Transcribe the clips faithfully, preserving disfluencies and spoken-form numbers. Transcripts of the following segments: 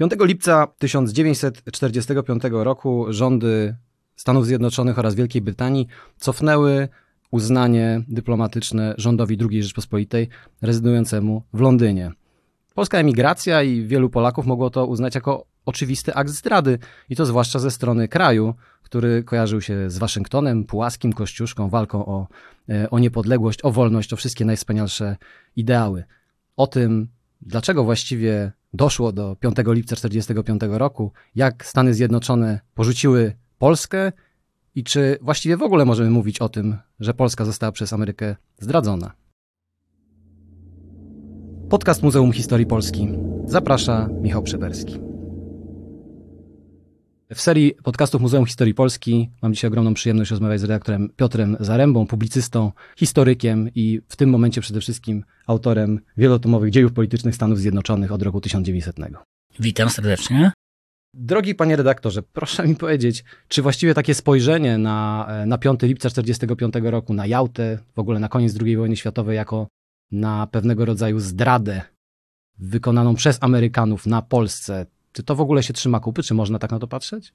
piątego lipca tysiąc dziewięćset czterdziestego piątego roku rządy Stanów Zjednoczonych oraz Wielkiej Brytanii cofnęły uznanie dyplomatyczne rządowi drugiej Rzeczpospolitej rezydującemu w Londynie. Polska emigracja i wielu Polaków mogło to uznać jako oczywisty akt zdrady i to zwłaszcza ze strony kraju, który kojarzył się z Waszyngtonem, Pułaskim, Kościuszką, walką o, o niepodległość, o wolność, o wszystkie najwspanialsze ideały. O tym, dlaczego właściwie doszło do piątego lipca tysiąc dziewięćset czterdziestego piątego roku, jak Stany Zjednoczone porzuciły Polskę i czy właściwie w ogóle możemy mówić o tym, że Polska została przez Amerykę zdradzona. Podcast Muzeum Historii Polski. Zaprasza Michał Przeberski. W serii podcastów Muzeum Historii Polski mam dzisiaj ogromną przyjemność rozmawiać z redaktorem Piotrem Zarębą, publicystą, historykiem i w tym momencie przede wszystkim autorem wielotomowych dziejów politycznych Stanów Zjednoczonych od roku tysiąc dziewięćsetnego. Witam serdecznie. Drogi panie redaktorze, proszę mi powiedzieć, czy właściwie takie spojrzenie na, na piątego lipca tysiąc dziewięćset czterdziestego piątego roku, na Jałtę, w ogóle na koniec drugiej wojny światowej jako na pewnego rodzaju zdradę wykonaną przez Amerykanów na Polsce, czy to w ogóle się trzyma kupy? Czy można tak na to patrzeć?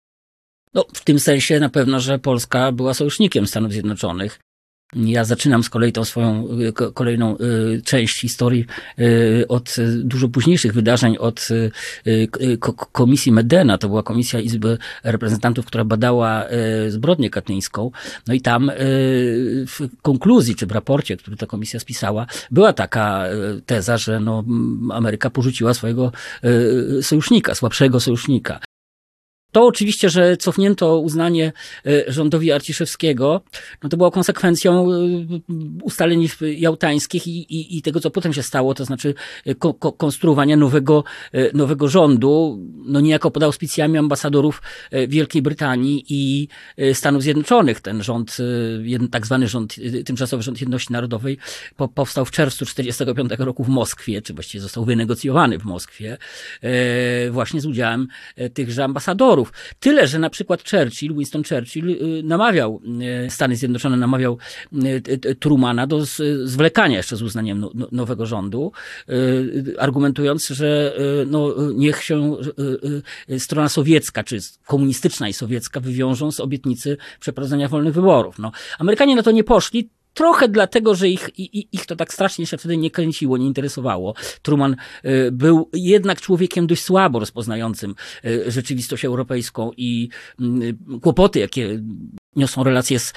No, w tym sensie na pewno, że Polska była sojusznikiem Stanów Zjednoczonych. Ja zaczynam z kolei tą swoją kolejną y, część historii y, od dużo późniejszych wydarzeń, od y, ko, komisji Medena. To była komisja Izby Reprezentantów, która badała y, zbrodnię katyńską. No i tam y, w konkluzji, czy w raporcie, który ta komisja spisała, była taka y, teza, że no, Ameryka porzuciła swojego y, sojusznika, słabszego sojusznika. To oczywiście, że cofnięto uznanie rządowi Arciszewskiego, no to było konsekwencją ustaleń jałtańskich i, i, i tego, co potem się stało, to znaczy ko, ko, konstruowania nowego, nowego rządu, no niejako pod auspicjami ambasadorów Wielkiej Brytanii i Stanów Zjednoczonych. Ten rząd, tak zwany rząd, tymczasowy rząd jedności narodowej po, powstał w czerwcu tysiąc dziewięćset czterdziestego piątego roku w Moskwie, czy właściwie został wynegocjowany w Moskwie, właśnie z udziałem tychże ambasadorów. Tyle, że na przykład Churchill, Winston Churchill namawiał, Stany Zjednoczone namawiał Trumana do zwlekania jeszcze z uznaniem nowego rządu, argumentując, że no, niech się strona sowiecka, czy komunistyczna i sowiecka wywiążą z obietnicy przeprowadzenia wolnych wyborów. No, Amerykanie na to nie poszli. Trochę dlatego, że ich, ich to tak strasznie się wtedy nie kręciło, nie interesowało. Truman był jednak człowiekiem dość słabo rozpoznającym rzeczywistość europejską i kłopoty, jakie niosą relacje z,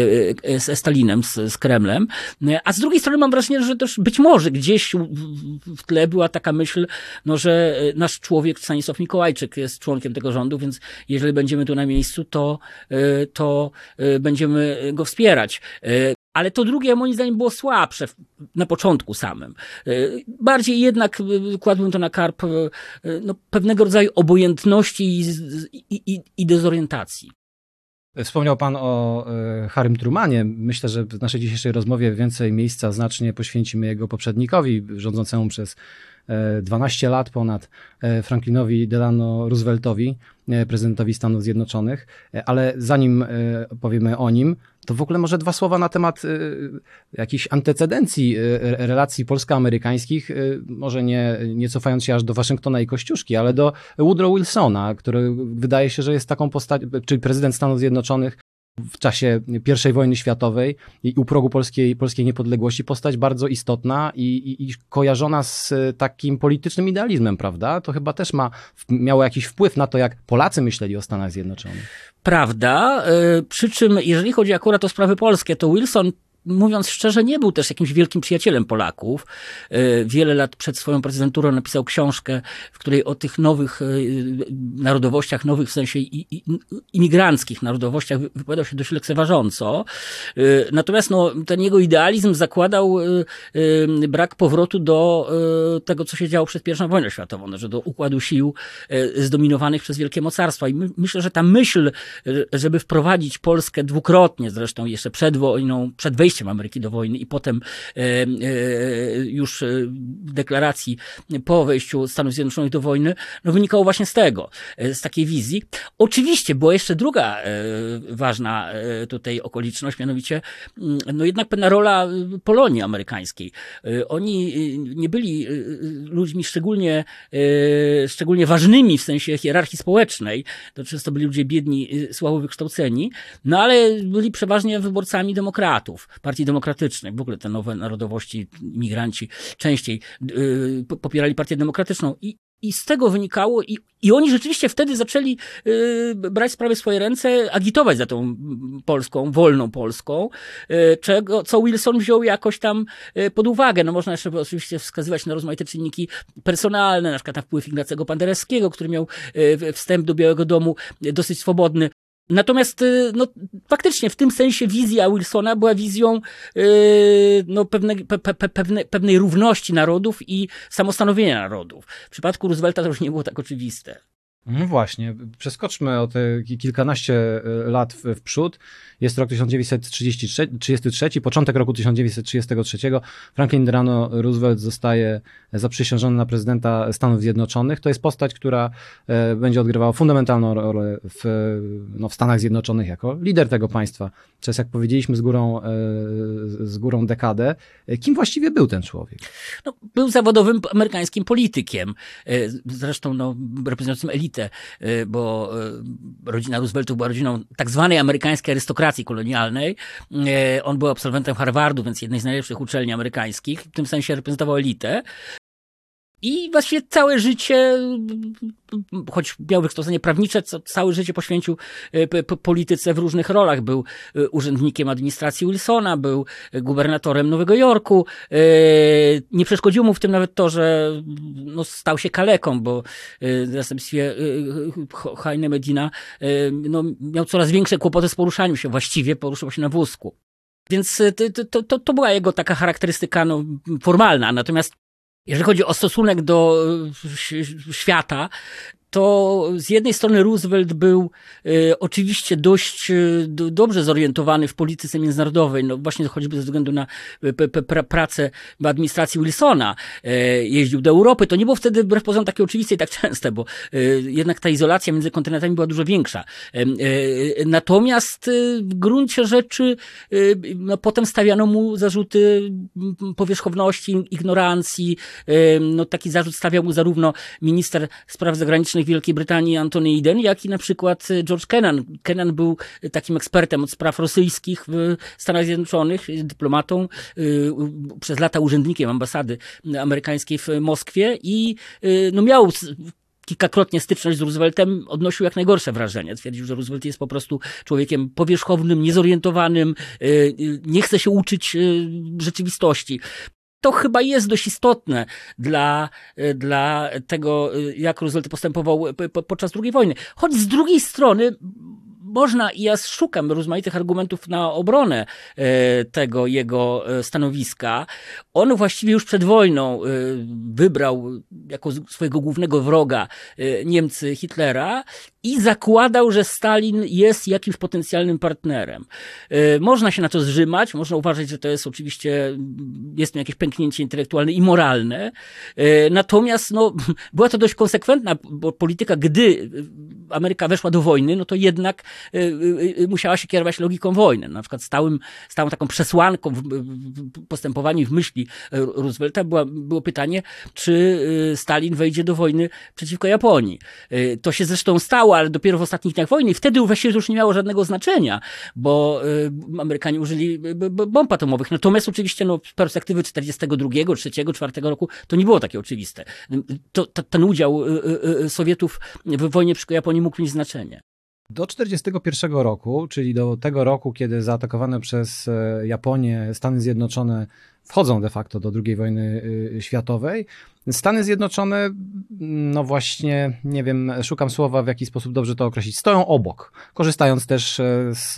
z Stalinem, z, z Kremlem. A z drugiej strony mam wrażenie, że też być może gdzieś w tle była taka myśl, no, że nasz człowiek, Stanisław Mikołajczyk, jest członkiem tego rządu, więc jeżeli będziemy tu na miejscu, to, to będziemy go wspierać. Ale to drugie, moim zdaniem, było słabsze na początku samym. Bardziej jednak kładłbym to na karp no, pewnego rodzaju obojętności i, i, i dezorientacji. Wspomniał pan o Harrym Trumanie. Myślę, że w naszej dzisiejszej rozmowie więcej miejsca znacznie poświęcimy jego poprzednikowi, rządzącemu przez dwanaście lat ponad, Franklinowi Delano Rooseveltowi, prezydentowi Stanów Zjednoczonych. Ale zanim powiemy o nim, to w ogóle może dwa słowa na temat jakichś antecedencji relacji polsko-amerykańskich, może nie, nie cofając się aż do Waszyngtona i Kościuszki, ale do Woodrow Wilsona, który wydaje się, że jest taką postacią, czyli prezydent Stanów Zjednoczonych w czasie pierwszej wojny światowej i u progu polskiej, polskiej niepodległości, postać bardzo istotna i, i, i kojarzona z takim politycznym idealizmem, prawda? To chyba też ma, miało jakiś wpływ na to, jak Polacy myśleli o Stanach Zjednoczonych. Prawda, przy czym jeżeli chodzi akurat o sprawy polskie, to Wilson, mówiąc szczerze, nie był też jakimś wielkim przyjacielem Polaków. Wiele lat przed swoją prezydenturą napisał książkę, w której o tych nowych narodowościach, nowych w sensie imigranckich narodowościach wypowiadał się dość lekceważąco. Natomiast no, ten jego idealizm zakładał brak powrotu do tego, co się działo przed pierwszą wojną światową, że do układu sił zdominowanych przez wielkie mocarstwa. I my, myślę, że ta myśl, żeby wprowadzić Polskę dwukrotnie, zresztą jeszcze przed wojną, przed wejściem wejściem Ameryki do wojny i potem już w deklaracji po wejściu Stanów Zjednoczonych do wojny, no wynikało właśnie z tego, z takiej wizji. Oczywiście była jeszcze druga ważna tutaj okoliczność, mianowicie no jednak pewna rola Polonii amerykańskiej. Oni nie byli ludźmi szczególnie, szczególnie ważnymi w sensie hierarchii społecznej, to często byli ludzie biedni, słabo wykształceni, no ale byli przeważnie wyborcami demokratów, partii demokratycznej. W ogóle te nowe narodowości, imigranci częściej yy, popierali partię demokratyczną i I z tego wynikało, i, i oni rzeczywiście wtedy zaczęli y, brać sprawy w swoje ręce, agitować za tą Polską, wolną Polską, y, czego, co Wilson wziął jakoś tam y, pod uwagę. No można jeszcze oczywiście wskazywać na rozmaite czynniki personalne, na przykład na wpływ Ignacego Paderewskiego, który miał y, wstęp do Białego Domu y, dosyć swobodny. Natomiast no, faktycznie w tym sensie wizja Wilsona była wizją yy, no, pewnej, pe, pe, pewne, pewnej równości narodów i samostanowienia narodów. W przypadku Roosevelta to już nie było tak oczywiste. No właśnie, przeskoczmy o te kilkanaście lat w, w przód. Jest rok tysiąc dziewięćset trzydziesty trzeci, początek roku tysiąc dziewięćset trzydziestego trzeciego. Franklin Delano Roosevelt zostaje zaprzysiężony na prezydenta Stanów Zjednoczonych. To jest postać, która e, będzie odgrywała fundamentalną rolę w, no, w Stanach Zjednoczonych jako lider tego państwa. Przez, jak powiedzieliśmy, z górą, e, z górą dekadę. Kim właściwie był ten człowiek? No, był zawodowym amerykańskim politykiem. Zresztą no, reprezentującym elitę, bo rodzina Rooseveltów była rodziną tak zwanej amerykańskiej arystokracji kolonialnej. On był absolwentem Harvardu, więc jednej z najlepszych uczelni amerykańskich. W tym sensie reprezentował elitę. I właściwie całe życie, choć miał wykształcenie prawnicze, całe życie poświęcił polityce w różnych rolach. Był urzędnikiem administracji Wilsona, był gubernatorem Nowego Jorku. Nie przeszkodziło mu w tym nawet to, że no, stał się kaleką, bo w następstwie Jaime Medina no, miał coraz większe kłopoty z poruszaniem się. Właściwie poruszał się na wózku. Więc to, to, to była jego taka charakterystyka no, formalna. Natomiast jeżeli chodzi o stosunek do świata, to z jednej strony Roosevelt był e, oczywiście dość e, do, dobrze zorientowany w polityce międzynarodowej, no właśnie choćby ze względu na p, p, pra, pracę w administracji Wilsona. E, jeździł do Europy, to nie było wtedy wbrew pozorom takie oczywiste i tak częste, bo e, jednak ta izolacja między kontynentami była dużo większa. E, e, natomiast e, w gruncie rzeczy e, no, potem stawiano mu zarzuty powierzchowności, ignorancji. E, no, taki zarzut stawiał mu zarówno minister spraw zagranicznych Wielkiej Brytanii Antony Eden, jak i na przykład George Kennan. Kennan był takim ekspertem od spraw rosyjskich w Stanach Zjednoczonych, dyplomatą, przez lata urzędnikiem ambasady amerykańskiej w Moskwie i no miał kilkakrotnie styczność z Rooseveltem, odnosił jak najgorsze wrażenie. Twierdził, że Roosevelt jest po prostu człowiekiem powierzchownym, niezorientowanym, nie chce się uczyć rzeczywistości. To chyba jest dość istotne dla, dla tego, jak Roosevelt postępował podczas drugiej wojny. Choć z drugiej strony można, i ja szukam rozmaitych argumentów na obronę tego jego stanowiska. On właściwie już przed wojną wybrał jako swojego głównego wroga Niemcy, Hitlera, i zakładał, że Stalin jest jakimś potencjalnym partnerem. Można się na to zrzymać, można uważać, że to jest oczywiście, jest to jakieś pęknięcie intelektualne i moralne, natomiast no, była to dość konsekwentna polityka, gdy Ameryka weszła do wojny, no to jednak musiała się kierować logiką wojny. Na przykład stałym, stałą taką przesłanką w postępowaniu w myśli Roosevelta była, było pytanie, czy Stalin wejdzie do wojny przeciwko Japonii. To się zresztą stało, ale dopiero w ostatnich dniach wojny. I wtedy właściwie to już nie miało żadnego znaczenia, bo Amerykanie użyli bomb atomowych. Natomiast oczywiście no, z perspektywy czterdziestego drugiego, trzeciego, czwartego roku to nie było takie oczywiste. To, to, ten udział Sowietów w wojnie przeciwko Japonii mógł mieć znaczenie. Do czterdziestego pierwszego roku, czyli do tego roku, kiedy zaatakowane przez Japonię Stany Zjednoczone wchodzą de facto do drugiej wojny światowej, Stany Zjednoczone, no właśnie, nie wiem, szukam słowa, w jaki sposób dobrze to określić, stoją obok, korzystając też z,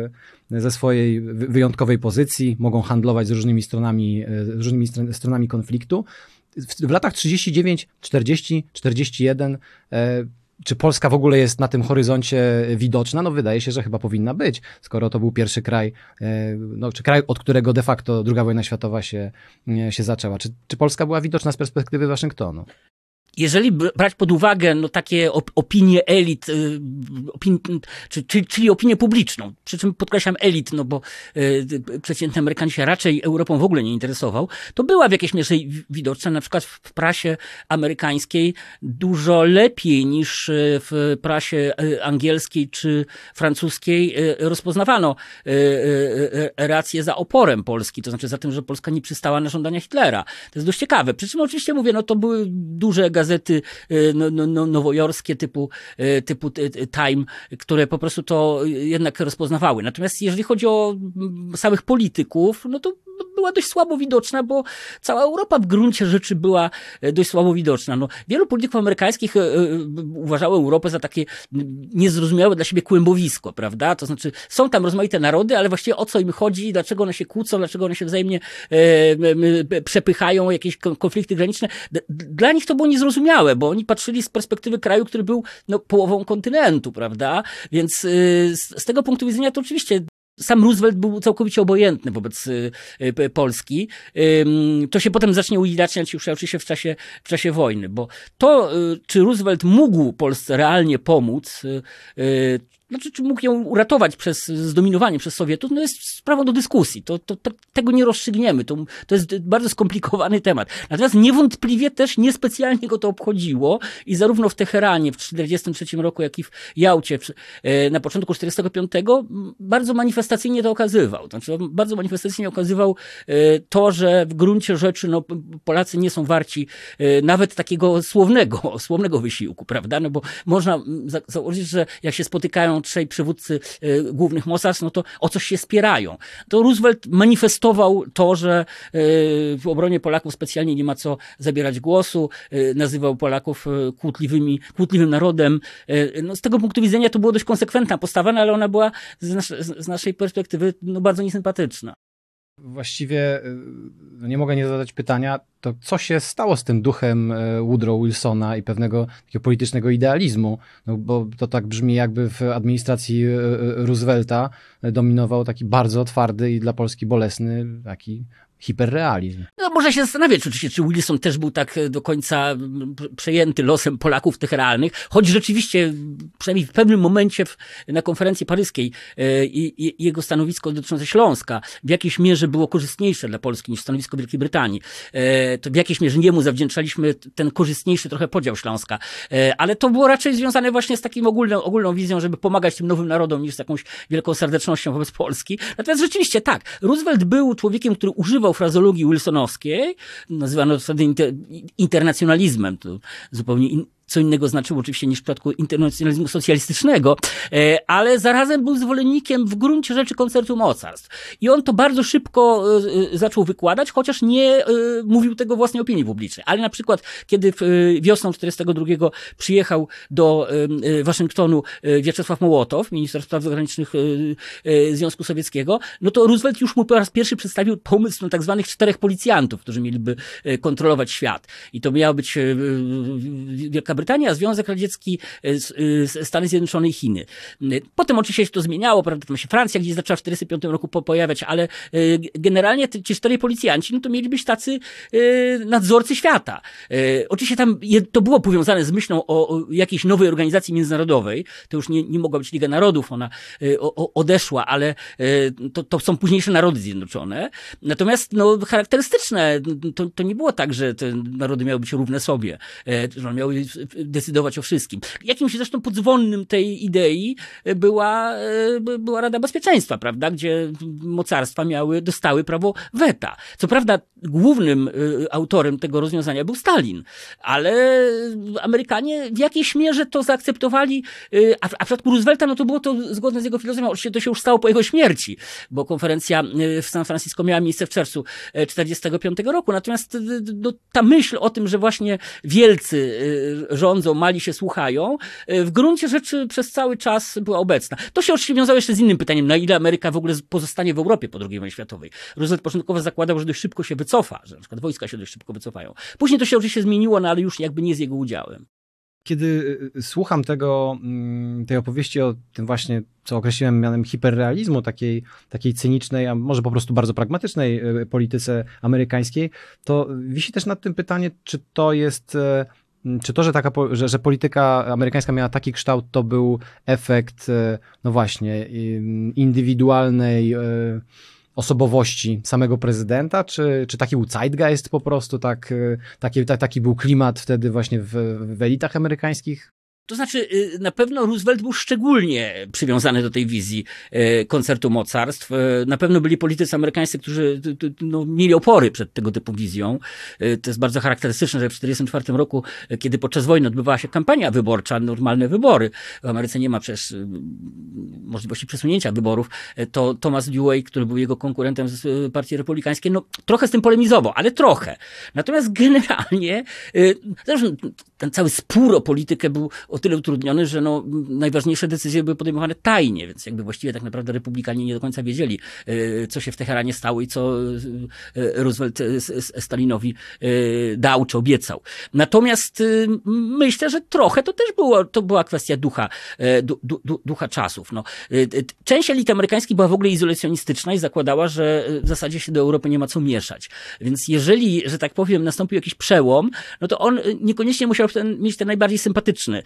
ze swojej wyjątkowej pozycji, mogą handlować z różnymi stronami, z różnymi stronami konfliktu. W, w latach trzydziestym dziewiątym, czterdziestym, czterdziestym jeden czy Polska w ogóle jest na tym horyzoncie widoczna? No wydaje się, że chyba powinna być, skoro to był pierwszy kraj, no, czy kraj, od którego de facto druga wojna światowa się, się zaczęła. Czy, czy Polska była widoczna z perspektywy Waszyngtonu? Jeżeli brać pod uwagę no, takie op- opinie elit, y, opin- czy, czy, czyli opinię publiczną, przy czym podkreślam elit, no bo y, przeciętny Amerykan się raczej Europą w ogóle nie interesował, to była w jakiejś mierze widoczna, na przykład w prasie amerykańskiej dużo lepiej niż w prasie angielskiej czy francuskiej rozpoznawano y, y, rację za oporem Polski, to znaczy za tym, że Polska nie przystała na żądania Hitlera. To jest dość ciekawe. Przy czym oczywiście mówię, no to były duże gazety Gazety no, no, no, nowojorskie typu, typu Time, które po prostu to jednak rozpoznawały. Natomiast jeżeli chodzi o samych polityków, no to była dość słabo widoczna, bo cała Europa w gruncie rzeczy była dość słabo widoczna. No, wielu polityków amerykańskich uważało Europę za takie niezrozumiałe dla siebie kłębowisko, prawda? To znaczy są tam rozmaite narody, ale właściwie o co im chodzi, dlaczego one się kłócą, dlaczego one się wzajemnie e, przepychają, jakieś konflikty graniczne. Dla nich to było niezrozumiałe, bo oni patrzyli z perspektywy kraju, który był no, połową kontynentu, prawda? Więc y, z, z tego punktu widzenia to oczywiście sam Roosevelt był całkowicie obojętny wobec y, y, Polski. Y, to się potem zacznie uwidaczniać już oczywiście w czasie, w czasie wojny, bo to, y, czy Roosevelt mógł Polsce realnie pomóc, y, y, znaczy, czy mógł ją uratować przez zdominowanie przez Sowietów, no jest sprawą do dyskusji. To, to, to, tego nie rozstrzygniemy. To, to jest bardzo skomplikowany temat. Natomiast niewątpliwie też niespecjalnie go to obchodziło i zarówno w Teheranie w tysiąc dziewięćset czterdziestym trzecim roku, jak i w Jałcie w, na początku tysiąc dziewięćset czterdziestego piątego bardzo manifestacyjnie to okazywał. Znaczy, bardzo manifestacyjnie okazywał to, że w gruncie rzeczy no, Polacy nie są warci nawet takiego słownego, słownego wysiłku, prawda? No bo można założyć, że jak się spotykają trzej przywódcy y, głównych mocarstw, no to o coś się spierają. To Roosevelt manifestował to, że y, w obronie Polaków specjalnie nie ma co zabierać głosu, y, nazywał Polaków y, kłótliwymi, kłótliwym narodem. Y, no, z tego punktu widzenia to była dość konsekwentna postawa, no, ale ona była z, nas, z naszej perspektywy no, bardzo niesympatyczna. Właściwie no nie mogę nie zadać pytania, to co się stało z tym duchem Woodrow Wilsona i pewnego takiego politycznego idealizmu? No bo to tak brzmi, jakby w administracji Roosevelta dominował taki bardzo twardy i dla Polski bolesny taki hiperrealizm. No, można się zastanawiać oczywiście, czy Wilson też był tak do końca przejęty losem Polaków tych realnych, choć rzeczywiście, przynajmniej w pewnym momencie w, na konferencji paryskiej e, i, i jego stanowisko dotyczące Śląska w jakiejś mierze było korzystniejsze dla Polski niż stanowisko Wielkiej Brytanii. E, to w jakiejś mierze jemu zawdzięczaliśmy ten korzystniejszy trochę podział Śląska. E, ale to było raczej związane właśnie z takim ogólną, ogólną wizją, żeby pomagać tym nowym narodom niż z jakąś wielką serdecznością wobec Polski. Natomiast rzeczywiście tak, Roosevelt był człowiekiem, który używał frazologii wilsonowskiej, nazywano to wtedy inter, internacjonalizmem, to zupełnie in, co innego znaczyło oczywiście niż w przypadku internacjonalizmu socjalistycznego, ale zarazem był zwolennikiem w gruncie rzeczy koncertu mocarstw. I on to bardzo szybko zaczął wykładać, chociaż nie mówił tego własnej opinii publicznej. Ale na przykład, kiedy wiosną tysiąc dziewięćset czterdziestego drugiego przyjechał do Waszyngtonu Wiaczesław Mołotow, minister spraw zagranicznych Związku Sowieckiego, no to Roosevelt już mu po raz pierwszy przedstawił pomysł no, tak zwanych czterech policjantów, którzy mieliby kontrolować świat. I to miała być Wielka Brytania, Związek Radziecki, Stany Zjednoczone i Chiny. Potem oczywiście się to zmieniało, prawda, tam się Francja gdzieś zaczęła w tysiąc dziewięćset czterdziestym piątym roku pojawiać, ale generalnie ci czterej policjanci, no to mieli być tacy nadzorcy świata. Oczywiście tam to było powiązane z myślą o jakiejś nowej organizacji międzynarodowej, to już nie, nie mogła być Liga Narodów, ona odeszła, ale to, to są późniejsze Narody Zjednoczone. Natomiast no, charakterystyczne, to, to nie było tak, że te narody miały być równe sobie, że one miały decydować o wszystkim. Jakimś zresztą podzwonnym tej idei była, była Rada Bezpieczeństwa, prawda, gdzie mocarstwa miały, dostały prawo weta. Co prawda głównym autorem tego rozwiązania był Stalin, ale Amerykanie w jakiejś mierze to zaakceptowali, a w, a w przypadku Roosevelta no to było to zgodne z jego filozofią. Oczywiście to się już stało po jego śmierci, bo konferencja w San Francisco miała miejsce w czerwcu tysiąc dziewięćset czterdziestego piątego roku. Natomiast no, ta myśl o tym, że właśnie wielcy rządzą, mali się słuchają, w gruncie rzeczy przez cały czas była obecna. To się oczywiście wiązało jeszcze z innym pytaniem, na ile Ameryka w ogóle pozostanie w Europie po drugiej wojnie światowej. Roosevelt początkowo zakładał, że dość szybko się wycofa, że na przykład wojska się dość szybko wycofają. Później to się oczywiście zmieniło, no ale już jakby nie z jego udziałem. Kiedy słucham tego, tej opowieści o tym właśnie, co określiłem mianem hiperrealizmu, takiej, takiej cynicznej, a może po prostu bardzo pragmatycznej polityce amerykańskiej, to wisi też nad tym pytanie, czy to jest, czy to, że, taka, że, że polityka amerykańska miała taki kształt, to był efekt, no właśnie, indywidualnej osobowości samego prezydenta, czy, czy taki był zeitgeist po prostu, tak, taki, taki był klimat wtedy właśnie w, w elitach amerykańskich? To znaczy, na pewno Roosevelt był szczególnie przywiązany do tej wizji koncertu mocarstw. Na pewno byli politycy amerykańscy, którzy no, mieli opory przed tego typu wizją. To jest bardzo charakterystyczne, że w tysiąc dziewięćset czterdziestym czwartym roku, kiedy podczas wojny odbywała się kampania wyborcza, normalne wybory, w Ameryce nie ma przecież możliwości przesunięcia wyborów, to Thomas Dewey, który był jego konkurentem z Partii Republikańskiej, no trochę z tym polemizował, ale trochę. Natomiast generalnie zresztą ten cały spór o politykę był o tyle utrudniony, że no, najważniejsze decyzje były podejmowane tajnie, więc jakby właściwie tak naprawdę republikanie nie do końca wiedzieli, co się w Teheranie stało i co Roosevelt Stalinowi dał czy obiecał. Natomiast myślę, że trochę to też było, to była kwestia ducha, du, du, ducha czasów. No. Część elity amerykańskiej była w ogóle izolacjonistyczna i zakładała, że w zasadzie się do Europy nie ma co mieszać. Więc jeżeli, że tak powiem, nastąpił jakiś przełom, no to on niekoniecznie musiał ten, mieć ten najbardziej sympatyczny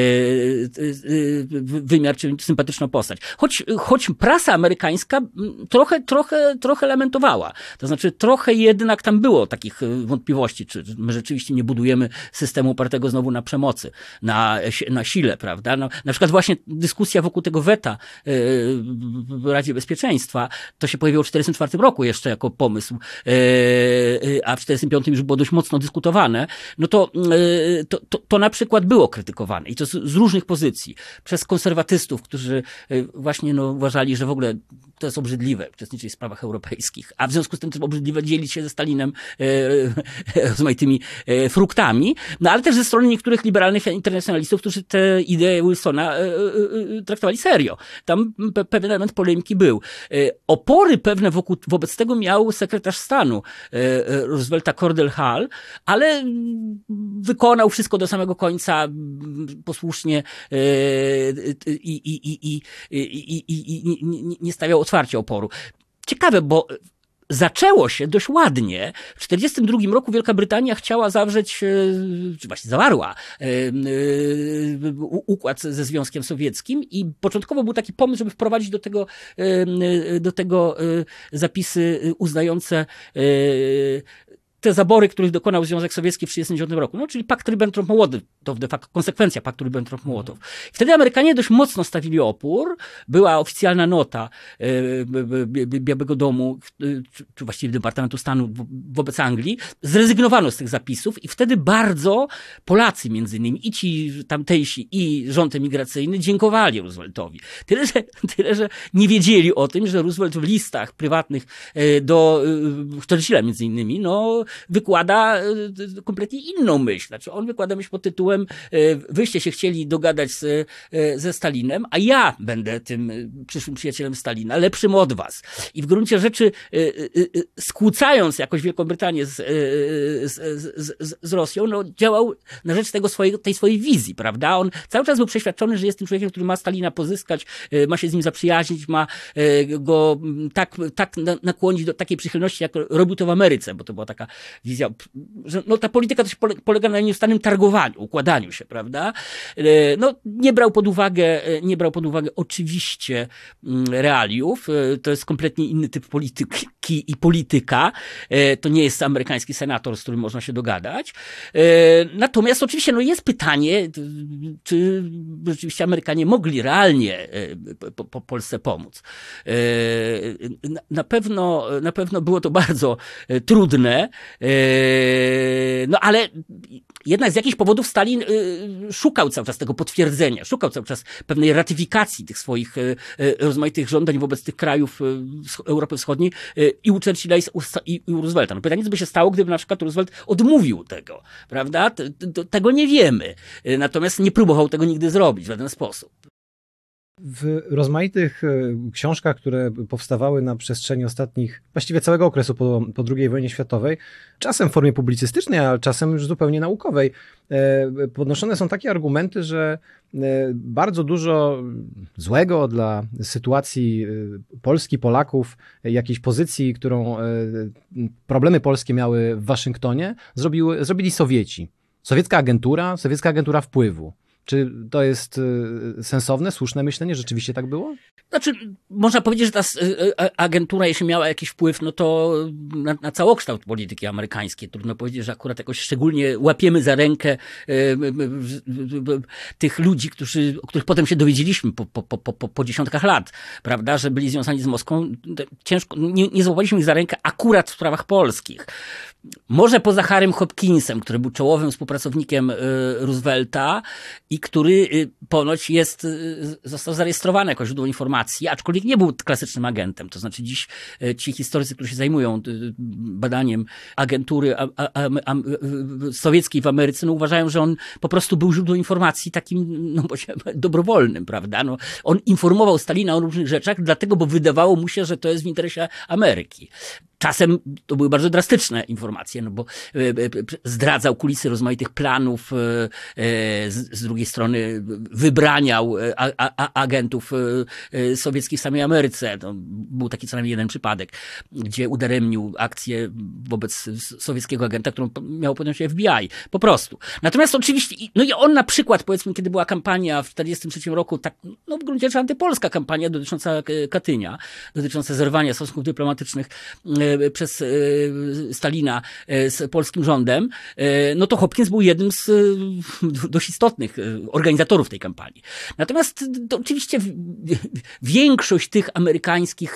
wymiar, czy sympatyczną postać. Choć, choć prasa amerykańska trochę, trochę, trochę lamentowała. To znaczy trochę jednak tam było takich wątpliwości, czy my rzeczywiście nie budujemy systemu opartego znowu na przemocy, na, na sile, prawda? No, na przykład właśnie dyskusja wokół tego weta w Radzie Bezpieczeństwa, to się pojawiło w tysiąc dziewięćset czterdziestym czwartym roku jeszcze jako pomysł, a w tysiąc dziewięćset czterdziestym piątym już było dość mocno dyskutowane, no to, to, to, to na przykład było krytykowane. I to z, z różnych pozycji. Przez konserwatystów, którzy właśnie no, uważali, że w ogóle to jest obrzydliwe uczestniczyć w sprawach europejskich, a w związku z tym też obrzydliwe dzielić się ze Stalinem e, rozmaitymi e, fruktami, no ale też ze strony niektórych liberalnych internacjonalistów, którzy te idee Wilsona e, e, traktowali serio. Tam pe, pewien element polemiki był. E, opory pewne wokół, wobec tego miał sekretarz stanu e, Roosevelta Cordell Hull, ale wykonał wszystko do samego końca posłusznie i, i, i, i, i, i, i nie stawiał otwarcie oporu. Ciekawe, bo zaczęło się dość ładnie. W tysiąc dziewięćset czterdziestym drugim roku Wielka Brytania chciała zawrzeć, czy właśnie zawarła układ ze Związkiem Sowieckim i początkowo był taki pomysł, żeby wprowadzić do tego, do tego zapisy uznające te zabory, których dokonał Związek Sowiecki w tysiąc dziewięćset trzydziestym dziewiątym roku. No, czyli pakt Ribbentrop-Mołotow, to de facto konsekwencja paktu Ribbentrop-Mołotow. Wtedy Amerykanie dość mocno stawili opór. Była oficjalna nota e, Białego Domu, czy, czy właściwie Departamentu Stanu wobec Anglii. Zrezygnowano z tych zapisów i wtedy bardzo Polacy między innymi, i ci tamtejsi, i rząd emigracyjny dziękowali Rooseveltowi. Tyle, że, tyle, że nie wiedzieli o tym, że Roosevelt w listach prywatnych do Churchilla między innymi, no, wykłada kompletnie inną myśl. Znaczy on wykłada myśl pod tytułem wyście się chcieli dogadać z, ze Stalinem, a ja będę tym przyszłym przyjacielem Stalina, lepszym od was. I w gruncie rzeczy skłócając jakoś Wielką Brytanię z, z, z, z Rosją, no, działał na rzecz tego swojego, tej swojej wizji, prawda? On cały czas był przeświadczony, że jest tym człowiekiem, który ma Stalina pozyskać, ma się z nim zaprzyjaźnić, ma go tak, tak nakłonić do takiej przychylności, jak robił to w Ameryce, bo to była taka wizja, że no, ta polityka też polega na nieustannym targowaniu, układaniu się, prawda? No, nie brał pod uwagę, nie brał pod uwagę oczywiście realiów. To jest kompletnie inny typ polityki i polityka. To nie jest amerykański senator, z którym można się dogadać. Natomiast oczywiście no, jest pytanie, czy rzeczywiście Amerykanie mogli realnie po, po Polsce pomóc. Na pewno, na pewno było to bardzo trudne. No ale jednak z jakichś powodów Stalin szukał cały czas tego potwierdzenia, szukał cały czas pewnej ratyfikacji tych swoich rozmaitych żądań wobec tych krajów Europy Wschodniej i u Churchilla i u Roosevelta. No pytanie, co by się stało, gdyby na przykład Roosevelt odmówił tego, prawda? Tego nie wiemy. Natomiast nie próbował tego nigdy zrobić w żaden sposób. W rozmaitych książkach, które powstawały na przestrzeni ostatnich, właściwie całego okresu po, po drugiej wojnie światowej, czasem w formie publicystycznej, a czasem już zupełnie naukowej, podnoszone są takie argumenty, że bardzo dużo złego dla sytuacji Polski, Polaków, jakiejś pozycji, którą problemy polskie miały w Waszyngtonie, zrobiły, zrobili Sowieci. Sowiecka agentura, sowiecka agentura wpływu. Czy to jest sensowne, słuszne myślenie? Rzeczywiście tak było? Znaczy, można powiedzieć, że ta agentura, jeśli miała jakiś wpływ, no to na, na całokształt polityki amerykańskiej. Trudno powiedzieć, że akurat jakoś szczególnie łapiemy za rękę tych ludzi, którzy, o których potem się dowiedzieliśmy po, po, po, po, po dziesiątkach lat, prawda, że byli związani z Moskwą. Ciężko, nie, nie złapaliśmy ich za rękę akurat w sprawach polskich. Może poza Harrym Hopkinsem, który był czołowym współpracownikiem Roosevelta i który ponoć jest, został zarejestrowany jako źródło informacji, aczkolwiek nie był klasycznym agentem. To znaczy dziś ci historycy, którzy się zajmują badaniem agentury a, a, a, a, sowieckiej w Ameryce, no uważają, że on po prostu był źródłem informacji takim no, dobrowolnym, prawda? No, on informował Stalina o różnych rzeczach, dlatego, bo wydawało mu się, że to jest w interesie Ameryki. Czasem to były bardzo drastyczne informacje, no bo zdradzał kulisy rozmaitych planów, z drugiej strony wybraniał agentów sowieckich w samej Ameryce. To był taki co najmniej jeden przypadek, gdzie udaremnił akcję wobec sowieckiego agenta, którą miało podjąć F B I. Po prostu. Natomiast oczywiście, no i on na przykład, powiedzmy, kiedy była kampania w czterdziestym trzecim roku, tak, no w gruncie rzeczy antypolska kampania dotycząca Katynia, dotycząca zerwania stosunków dyplomatycznych przez Stalina z polskim rządem, no to Hopkins był jednym z dość istotnych organizatorów tej kampanii. Natomiast to oczywiście większość tych amerykańskich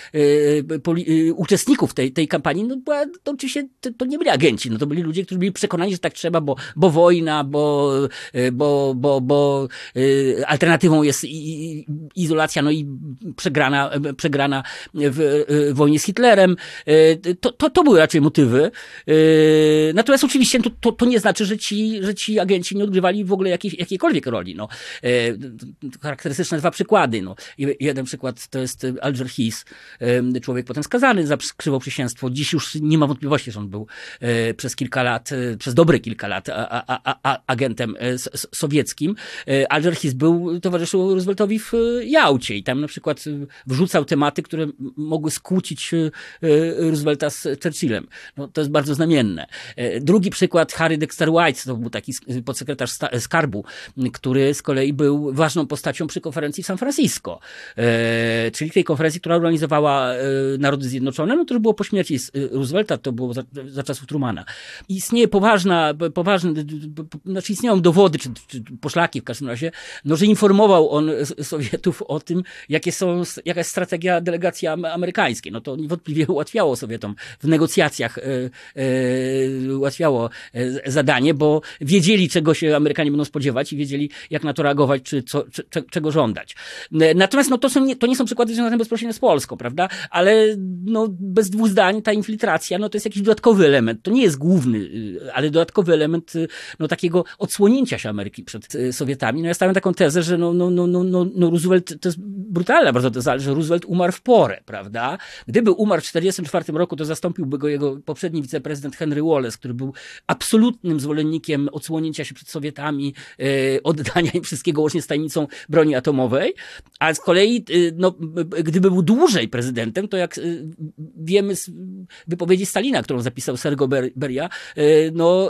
uczestników tej, tej kampanii, no była, to oczywiście to, to nie byli agenci, no to byli ludzie, którzy byli przekonani, że tak trzeba, bo, bo wojna, bo, bo, bo, bo alternatywą jest izolacja, no i przegrana, przegrana w wojnie z Hitlerem. To, to, to były raczej motywy. Natomiast oczywiście to, to, to nie znaczy, że ci, że ci agenci nie odgrywali w ogóle jakiej, jakiejkolwiek roli. No, charakterystyczne dwa przykłady. No. Jeden przykład to jest Alger Hiss, człowiek potem skazany za krzywoprzysięstwo. Dziś już nie ma wątpliwości, że on był przez kilka lat, przez dobre kilka lat a, a, a, agentem sowieckim. Alger Hiss był, towarzyszył Rooseveltowi w Jałcie i tam na przykład wrzucał tematy, które mogły skłócić Roosevelta z Churchillem. No, to jest bardzo znamienne. Drugi przykład, Harry Dexter White, to był taki podsekretarz skarbu, który z kolei był ważną postacią przy konferencji w San Francisco, e, czyli tej konferencji, która organizowała e, Narody Zjednoczone, no to już było po śmierci Roosevelta, to było za, za czasów Trumana. Istnieje poważna, poważne, znaczy istnieją dowody, czy, czy poszlaki w każdym razie, no, że informował on Sowietów o tym, jakie są, jaka jest strategia delegacji amerykańskiej. No to niewątpliwie ułatwiało Sowietom w negocjacjach, e, e, ułatwiało e, zadanie, bo wiedzieli, czego się Amerykanie będą spodziewać i wiedzieli, jak na to reagować, czy, co, czy, czy czego żądać. Natomiast no, to, są nie, to nie są przykłady związane bezpośrednio z Polską, prawda? Ale no, bez dwóch zdań ta infiltracja, no, to jest jakiś dodatkowy element. To nie jest główny, ale dodatkowy element no, takiego odsłonięcia się Ameryki przed Sowietami. No, ja stawiam taką tezę, że no, no, no, no, no, Roosevelt, to jest brutalna bardzo teza, że Roosevelt umarł w porę, prawda? Gdyby umarł w czterdziestym czwartym roku, to zastąpiłby go jego poprzedni wiceprezydent Henry Wallace, który był absolutnym zwolennikiem odsłonięcia się przed Sowietami, e, oddania im wszystkiego łącznie z tajemnicą broni atomowej, a z kolei e, no, gdyby był dłużej prezydentem, to jak e, wiemy z wypowiedzi Stalina, którą zapisał Sergo Beria, e, no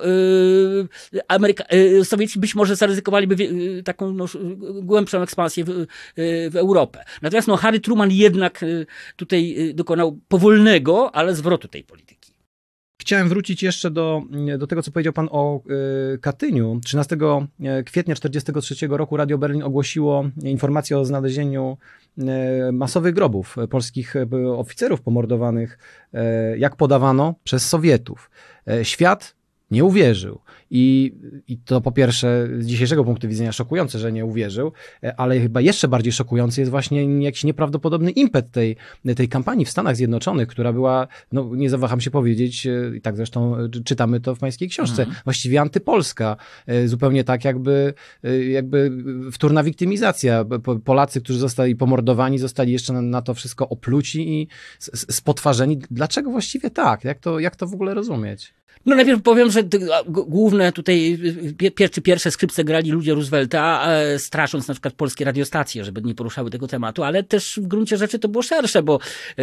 e, Ameryka, e, Sowieci być może zaryzykowaliby e, taką no, głębszą ekspansję w, e, w Europę. Natomiast no, Harry Truman jednak e, tutaj dokonał powolnego, ale zwrotu tej polityki. Chciałem wrócić jeszcze do, do tego, co powiedział pan o y, Katyniu. trzynastego kwietnia tysiąc dziewięćset czterdziestego trzeciego roku Radio Berlin ogłosiło informację o znalezieniu y, masowych grobów polskich y, oficerów pomordowanych, y, jak podawano, przez Sowietów. Y, świat nie uwierzył. I, I to po pierwsze z dzisiejszego punktu widzenia szokujące, że nie uwierzył, ale chyba jeszcze bardziej szokujący jest właśnie jakiś nieprawdopodobny impet tej, tej kampanii w Stanach Zjednoczonych, która była, no nie zawaham się powiedzieć, i tak zresztą czytamy to w pańskiej książce, mhm. właściwie antypolska, zupełnie tak jakby, jakby wtórna wiktymizacja. Polacy, którzy zostali pomordowani, zostali jeszcze na, na to wszystko opluci i spotwarzeni. Dlaczego właściwie tak? Jak to, jak to w ogóle rozumieć? No najpierw powiem, że główne tutaj, pierwsze, pierwsze skrzypce grali ludzie Roosevelta, strasząc na przykład polskie radiostacje, żeby nie poruszały tego tematu, ale też w gruncie rzeczy to było szersze, bo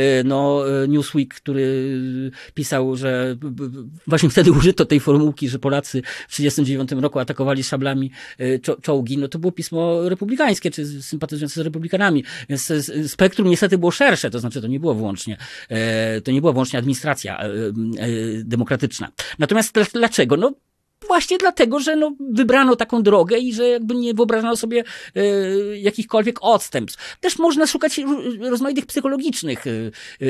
no, Newsweek, który pisał, że właśnie wtedy użyto tej formułki, że Polacy w tysiąc dziewięćset trzydziestym dziewiątym roku atakowali szablami czołgi, no to było pismo republikańskie, czy sympatyzujące z republikanami, więc spektrum niestety było szersze, to znaczy to nie było wyłącznie, to nie była wyłącznie administracja demokratyczna. Natomiast dlaczego? No właśnie dlatego, że no, wybrano taką drogę i że jakby nie wyobrażano sobie y, jakichkolwiek odstępstw. Też można szukać rozmaitych psychologicznych y,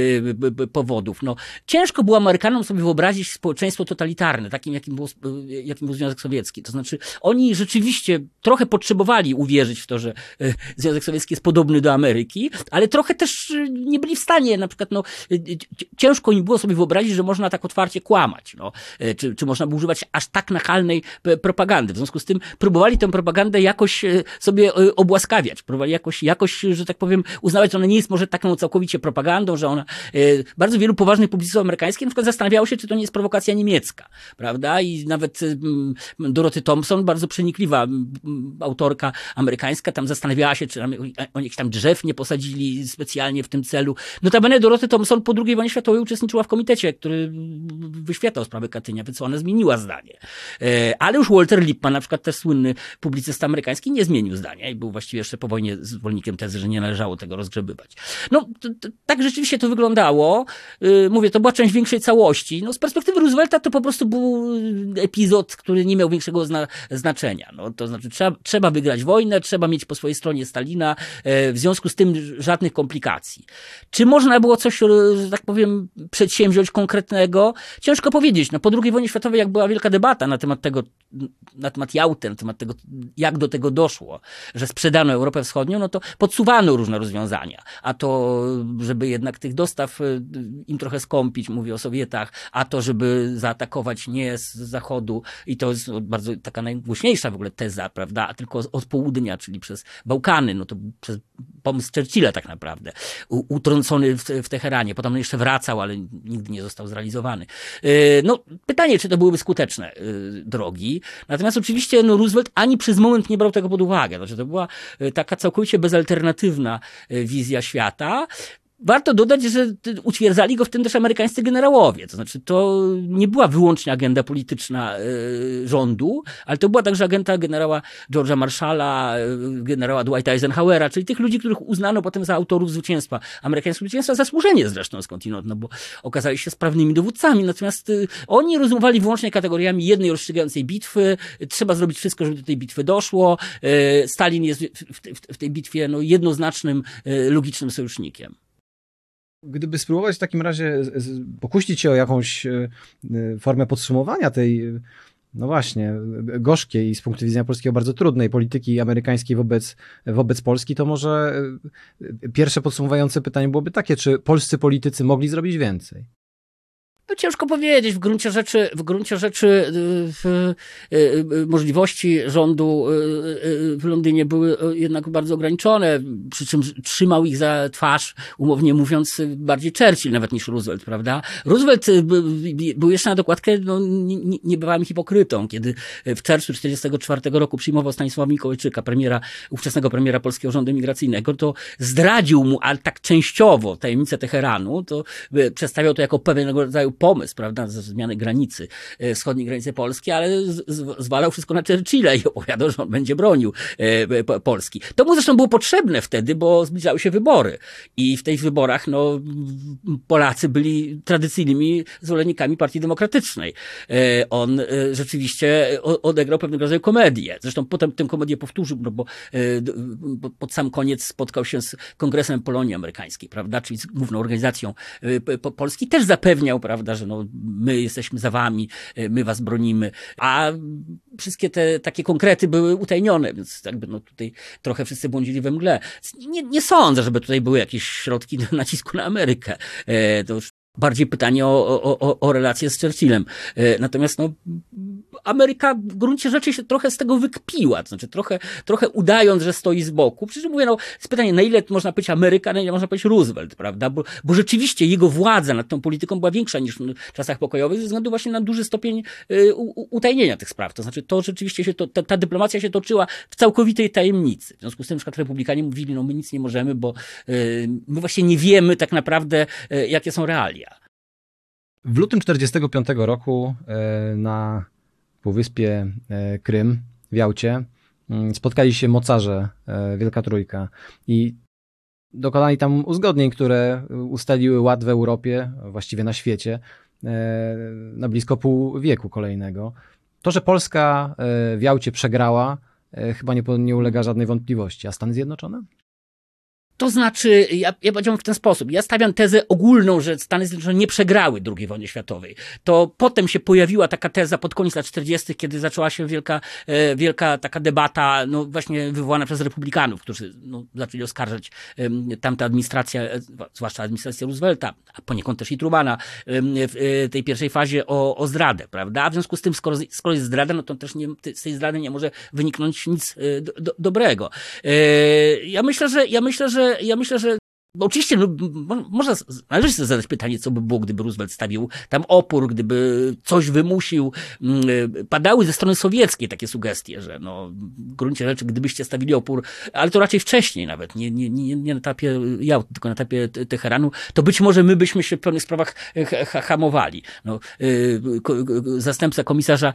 y, powodów. No, ciężko było Amerykanom sobie wyobrazić społeczeństwo totalitarne, takim jakim, było, jakim był Związek Sowiecki. To znaczy oni rzeczywiście trochę potrzebowali uwierzyć w to, że y, Związek Sowiecki jest podobny do Ameryki, ale trochę też y, nie byli w stanie, na przykład no, y, ciężko im było sobie wyobrazić, że można tak otwarcie kłamać. No, y, czy, czy można było używać aż tak na propagandy. W związku z tym próbowali tę propagandę jakoś sobie obłaskawiać. Próbowali jakoś, jakoś, że tak powiem, uznawać, że ona nie jest może taką całkowicie propagandą, że ona... Bardzo wielu poważnych publicystów amerykańskich na przykład zastanawiało się, czy to nie jest prowokacja niemiecka. Prawda? I nawet Dorothy Thompson, bardzo przenikliwa autorka amerykańska, tam zastanawiała się, czy oni jakichś tam drzew nie posadzili specjalnie w tym celu. Notabene Dorothy Thompson po drugiej wojnie światowej uczestniczyła w komitecie, który wyświetlał sprawę Katynia, więc ona zmieniła zdanie. Ale już Walter Lippmann, na przykład też słynny publicysta amerykański, nie zmienił zdania i był właściwie jeszcze po wojnie zwolennikiem tezy, że nie należało tego rozgrzebywać. No, to, to, tak rzeczywiście to wyglądało. Yy, mówię, to była część większej całości. No, z perspektywy Roosevelta to po prostu był epizod, który nie miał większego zna znaczenia. No, to znaczy trzeba, trzeba wygrać wojnę, trzeba mieć po swojej stronie Stalina, yy, w związku z tym żadnych komplikacji. Czy można było coś, że tak powiem, przedsięwziąć konkretnego? Ciężko powiedzieć. No, po drugiej wojnie światowej, jak była wielka debata na temat tego, na temat Jałty, na temat tego, jak do tego doszło, że sprzedano Europę Wschodnią, no to podsuwano różne rozwiązania. A to, żeby jednak tych dostaw im trochę skąpić, mówię o Sowietach, a to, żeby zaatakować nie z zachodu i to jest bardzo taka najgłośniejsza w ogóle teza, prawda, a tylko od południa, czyli przez Bałkany, no to przez pomysł Churchilla tak naprawdę, U, utrącony w, w Teheranie, potem jeszcze wracał, ale nigdy nie został zrealizowany. Yy, no, pytanie, czy to byłyby skuteczne yy, drogi. Natomiast oczywiście no, Roosevelt ani przez moment nie brał tego pod uwagę. Znaczy, to była yy, taka całkowicie bezalternatywna yy, wizja świata. Warto dodać, że utwierdzali go w tym też amerykańscy generałowie. To znaczy, to nie była wyłącznie agenda polityczna y, rządu, ale to była także agenda generała George'a Marshalla, y, generała Dwighta Eisenhowera, czyli tych ludzi, których uznano potem za autorów zwycięstwa, amerykańskiego zwycięstwa, zasłużenie zresztą skądinąd, no bo okazali się sprawnymi dowódcami. Natomiast y, oni rozumowali wyłącznie kategoriami jednej rozstrzygającej bitwy. Trzeba zrobić wszystko, żeby do tej bitwy doszło. Y, Stalin jest w, w, w tej bitwie no, jednoznacznym, y, logicznym sojusznikiem. Gdyby spróbować w takim razie pokusić się o jakąś formę podsumowania tej, no właśnie, gorzkiej i z punktu widzenia polskiego bardzo trudnej polityki amerykańskiej wobec, wobec Polski, to może pierwsze podsumowujące pytanie byłoby takie, czy polscy politycy mogli zrobić więcej? No ciężko powiedzieć. W gruncie rzeczy, w gruncie rzeczy w, w, możliwości rządu w Londynie były jednak bardzo ograniczone, przy czym trzymał ich za twarz, umownie mówiąc, bardziej Churchill nawet niż Roosevelt, prawda? Roosevelt był jeszcze na dokładkę no, niebywałym hipokrytą, kiedy w czerwcu tysiąc dziewięćset czterdziestego czwartego roku przyjmował Stanisława Mikołajczyka, premiera, ówczesnego premiera polskiego rządu migracyjnego, to zdradził mu, ale tak częściowo, tajemnicę Teheranu, to przedstawiał to jako pewnego rodzaju pomysł, prawda, ze zmiany granicy, wschodniej granicy Polski, ale z, z, zwalał wszystko na Churchilla i opowiadał, że on będzie bronił e, po, Polski. To mu zresztą było potrzebne wtedy, bo zbliżały się wybory i w tych wyborach no, Polacy byli tradycyjnymi zwolennikami Partii Demokratycznej. E, on e, rzeczywiście odegrał pewnego rodzaju komedię. Zresztą potem tę komedię powtórzył, no bo e, pod sam koniec spotkał się z Kongresem Polonii Amerykańskiej, prawda, czyli z główną organizacją e, po, Polski, też zapewniał, prawda, prawda, że no, my jesteśmy za wami, my was bronimy, a wszystkie te takie konkrety były utajnione, więc jakby no tutaj trochę wszyscy błądzili we mgle. Nie, nie sądzę, żeby tutaj były jakieś środki do nacisku na Amerykę. To już bardziej pytanie o, o, o relacje z Churchillem. Natomiast no, Ameryka w gruncie rzeczy się trochę z tego wykpiła, to znaczy trochę, trochę udając, że stoi z boku. Przecież mówię, no, jest pytanie, na ile można powiedzieć Ameryka, na ile można powiedzieć Roosevelt, prawda? Bo, bo rzeczywiście jego władza nad tą polityką była większa niż w czasach pokojowych ze względu właśnie na duży stopień y, u, utajnienia tych spraw. To znaczy to rzeczywiście się, to, ta, ta dyplomacja się toczyła w całkowitej tajemnicy. W związku z tym na przykład republikanie mówili, no my nic nie możemy, bo y, my właśnie nie wiemy tak naprawdę, y, jakie są realia. W lutym czterdziestego piątego roku y, na Półwyspie Krym, w Jałcie, spotkali się mocarze Wielka Trójka i dokonali tam uzgodnień, które ustaliły ład w Europie, właściwie na świecie, na blisko pół wieku kolejnego. To, że Polska w Jałcie przegrała, chyba nie, nie ulega żadnej wątpliwości. A Stany Zjednoczone? To znaczy, ja, ja powiedziałem w ten sposób, ja stawiam tezę ogólną, że Stany Zjednoczone nie przegrały drugiej wojny światowej. To potem się pojawiła taka teza pod koniec lat czterdziestych, kiedy zaczęła się wielka, e, wielka taka debata, no właśnie wywołana przez republikanów, którzy no, zaczęli oskarżać e, tamta administracja, e, zwłaszcza administracja Roosevelta, a poniekąd też i Trumana, e, w e, tej pierwszej fazie o, o zdradę, prawda? A w związku z tym, skoro, skoro jest zdrada, no to też nie, z tej zdrady nie może wyniknąć nic e, do, do, dobrego. E, ja myślę, że, ja myślę, że Ja myślę, że Bo oczywiście no, można, należy sobie zadać pytanie, co by było, gdyby Roosevelt stawił tam opór, gdyby coś wymusił. Padały ze strony sowieckiej takie sugestie, że no, w gruncie rzeczy, gdybyście stawili opór, ale to raczej wcześniej nawet, nie, nie, nie, nie na etapie Jałty, tylko na etapie Teheranu, to być może my byśmy się w pewnych sprawach hamowali. No, zastępca komisarza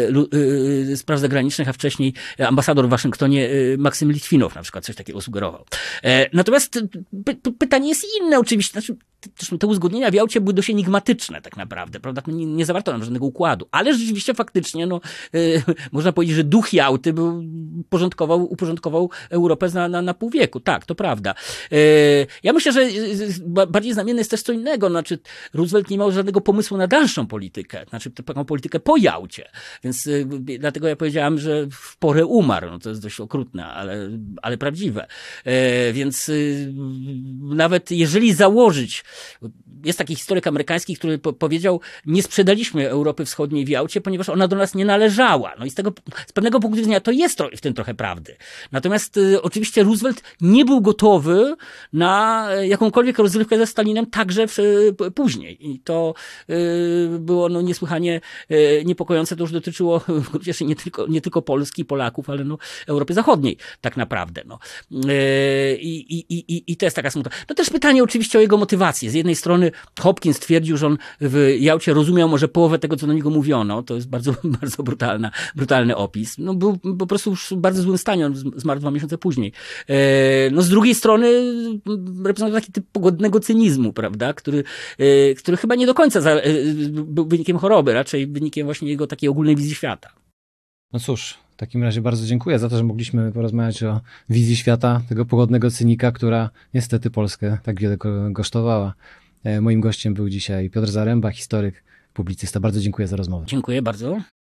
spraw zagranicznych, a wcześniej ambasador w Waszyngtonie Maksym Litwinow na przykład coś takiego sugerował. Natomiast pytanie jest inne oczywiście. Znaczy, te uzgodnienia w Jałcie były dość enigmatyczne tak naprawdę, prawda? Nie, nie zawarto nam żadnego układu, ale rzeczywiście faktycznie no, yy, można powiedzieć, że duch Jałty był, porządkował, uporządkował Europę na, na, na pół wieku. Tak, to prawda. Yy, ja myślę, że yy, bardziej znamienne jest też co innego. Znaczy, Roosevelt nie miał żadnego pomysłu na dalszą politykę, znaczy taką politykę po Jałcie. Więc yy, dlatego ja powiedziałam, że w porę umarł. No, to jest dość okrutne, ale, ale prawdziwe. Yy, więc yy, nawet jeżeli założyć, jest taki historyk amerykański, który po- powiedział, nie sprzedaliśmy Europy Wschodniej w Jałcie, ponieważ ona do nas nie należała. No i z tego, z pewnego punktu widzenia to jest tro- w tym trochę prawdy. Natomiast y, oczywiście Roosevelt nie był gotowy na jakąkolwiek rozrywkę ze Stalinem także w, y, później. I to y, było no, niesłychanie y, niepokojące. To już dotyczyło w gruncie rzeczy nie tylko, nie tylko Polski, Polaków, ale no, Europy Zachodniej tak naprawdę. No. Y, i, i, i, I to jest taka smutna. No też pytanie oczywiście o jego motywację. Z jednej strony Hopkins twierdził, że on w Jałcie rozumiał może połowę tego, co do niego mówiono. To jest bardzo, bardzo brutalna, brutalny opis. No był po prostu już w bardzo złym stanie. On zmarł dwa miesiące później. E, no z drugiej strony reprezentował taki typ pogodnego cynizmu, prawda, który, e, który chyba nie do końca za, e, był wynikiem choroby, raczej wynikiem właśnie jego takiej ogólnej wizji świata. No cóż, w takim razie bardzo dziękuję za to, że mogliśmy porozmawiać o wizji świata tego pogodnego cynika, która niestety Polskę tak wiele kosztowała. Moim gościem był dzisiaj Piotr Zaręba, historyk, publicysta. Bardzo dziękuję za rozmowę. Dziękuję bardzo.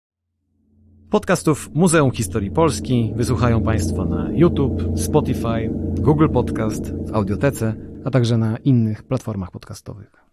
Podcastów Muzeum Historii Polski wysłuchają Państwo na YouTube, Spotify, Google Podcast, w Audiotece, a także na innych platformach podcastowych.